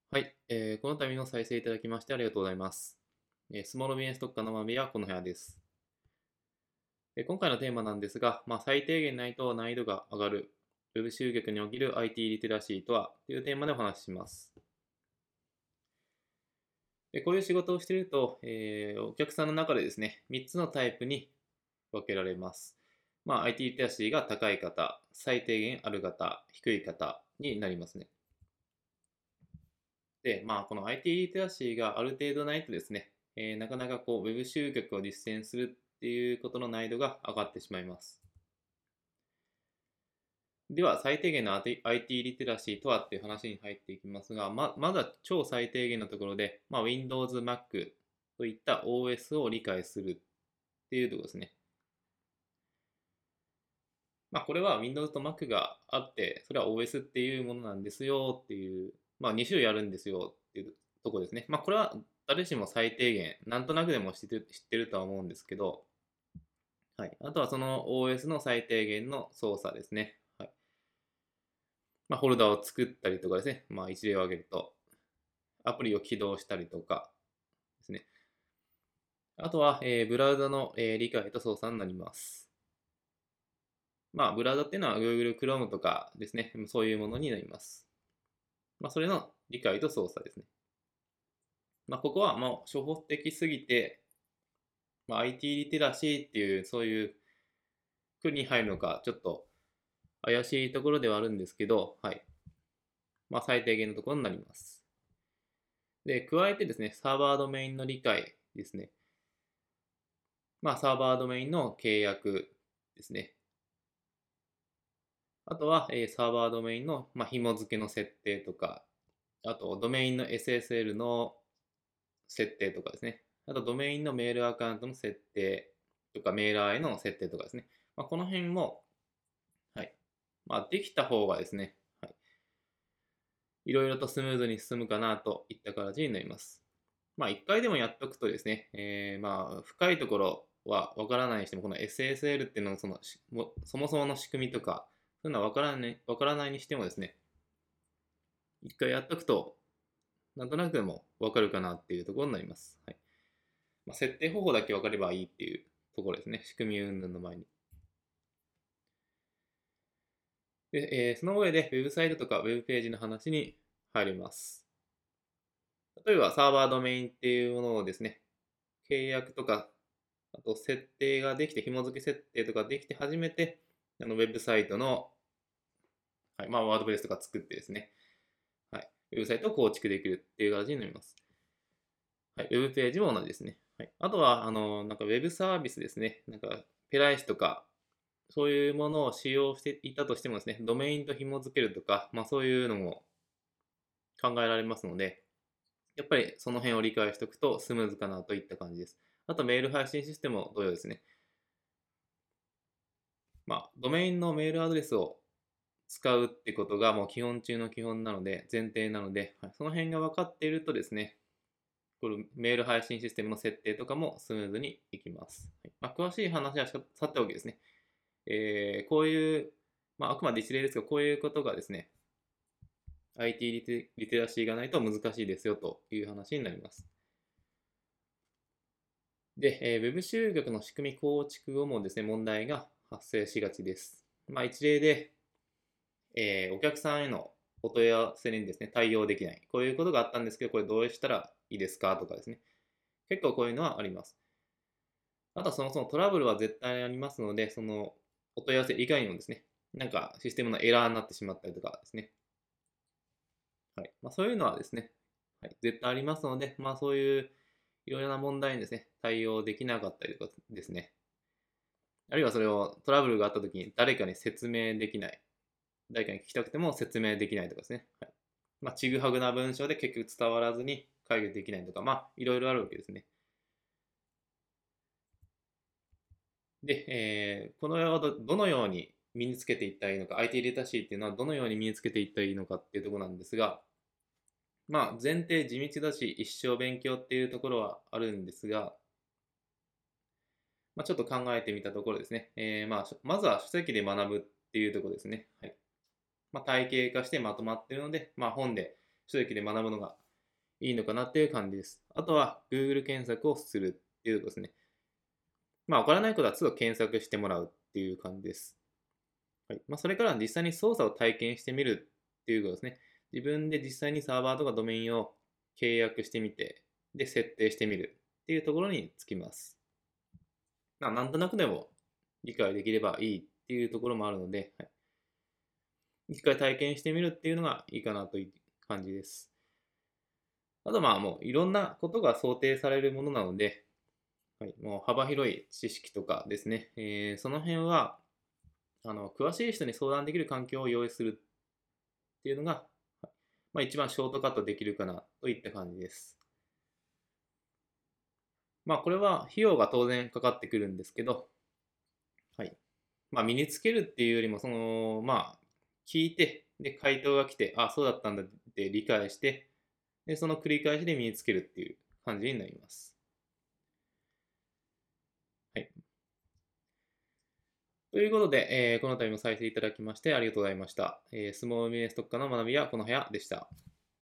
はい、この度の再生いただきましてありがとうございます。スモールビジネス特化の学びはこの部屋です。今回のテーマなんですが、最低限ないと難易度が上がる Web 集客における IT リテラシーとはというテーマでお話しします。こういう仕事をしていると、お客さんの中でですね、3つのタイプに分けられます。IT リテラシーが高い方、最低限ある方、低い方になりますね。で、この IT リテラシーがある程度ないとですね、なかなかウェブ集客を実践するっていうことの難易度が上がってしまいます。では、最低限の IT リテラシーとはっていう話に入っていきますが、まずは超最低限のところで、Windows、Mac といった OS を理解するっていうところですね。これは Windows と Mac があって、それは OS っていうものなんですよっていう、2種類あるんですよっていうところですね。これは誰しも最低限、なんとなくでも知ってるとは思うんですけど、はい。あとはその OS の最低限の操作ですね。はい。フォルダを作ったりとかですね。一例を挙げると、アプリを起動したりとかですね。あとは、ブラウザの、理解と操作になります。ブラウザっていうのは Google Chrome とかですね。そういうものになります。それの理解と操作ですね。ここはもう初歩的すぎて、IT リテラシーっていう、そういう区に入るのか、ちょっと怪しいところではあるんですけど、はい。最低限のところになります。で、加えてですね、サーバードメインの理解ですね。サーバードメインの契約ですね。あとは、サーバードメインの、紐付けの設定とか、あと、ドメインの SSL の設定とかですね。あと、ドメインのメールアカウントの設定とか、メーラーへの設定とかですね。この辺も、はい。できた方がですね、はい。いろいろとスムーズに進むかなといった形になります。一回でもやっとくとですね、深いところはわからないにしても、この SSL っていうののそもそもの仕組みとか、そういうのはわからないにしてもですね、一回やっとくと、なんとなくでもわかるかなっていうところになります。はい。設定方法だけわかればいいっていうところですね。仕組み云々の前に。で、その上で、ウェブサイトとかウェブページの話に入ります。例えば、サーバードメインっていうものをですね、契約とか、あと設定ができて、紐付け設定とかできて初めて、ウェブサイトの、はい、ワードプレスとか作ってですね、はい、ウェブサイトを構築できるっていう形になります。はい、ウェブページも同じですね。はい、あとは、なんかウェブサービスですね。なんか、ペライスとか、そういうものを使用していたとしてもですね、ドメインと紐付けるとか、そういうのも考えられますので、やっぱりその辺を理解しておくとスムーズかなといった感じです。あとメール配信システムも同様ですね。ドメインのメールアドレスを使うってことがもう基本中の基本なので、前提なので、はい、その辺が分かっているとですね、これメール配信システムの設定とかもスムーズにいきます。はい、詳しい話はさておきですね、こういう、あくまで一例ですが、こういうことがですね、IT リテラシーがないと難しいですよという話になります。で、Web 集客の仕組み構築後もですね、問題が発生しがちです。一例で、お客さんへのお問い合わせにですね、対応できない。こういうことがあったんですけど、これどうしたらいいですかとかですね。結構こういうのはあります。あとはそもそもトラブルは絶対ありますので、そのお問い合わせ以外にもですね、なんかシステムのエラーになってしまったりとかですね。はい。そういうのはですね、はい、絶対ありますので、そういういろいろな問題にですね、対応できなかったりとかですね、あるいはそれをトラブルがあった時に誰かに説明できない。誰かに聞きたくても説明できないとかですね。はい。ちぐはぐな文章で結局伝わらずに解決できないとか、いろいろあるわけですね。で、この世をどのように身につけていったらいいのか、IT リテラシーっていうのはどのように身につけていったらいいのかっていうところなんですが、前提地道だし、一生勉強っていうところはあるんですが、ちょっと考えてみたところですね、まずは書籍で学ぶっていうところですね。はい。体系化してまとまっているので、本で書籍で学ぶのがいいのかなっていう感じです。あとは Google 検索をするっていうことですね。わからないことは都度検索してもらうっていう感じです。はい。それから実際に操作を体験してみるっていうことですね。自分で実際にサーバーとかドメインを契約してみて、で、設定してみるっていうところにつきます。なんとなくでも理解できればいいっていうところもあるので、はい、一回体験してみるっていうのがいいかなという感じです。あともういろんなことが想定されるものなので、はい、もう幅広い知識とかですね、その辺は詳しい人に相談できる環境を用意するっていうのが、一番ショートカットできるかなといった感じです。これは費用が当然かかってくるんですけど、はい。身につけるっていうよりも、聞いて、で、回答が来て、あ、そうだったんだって理解して、で、その繰り返しで身につけるっていう感じになります。はい。ということで、この度も再生いただきましてありがとうございました。スモールビジネス特化の学びはこの部屋でした。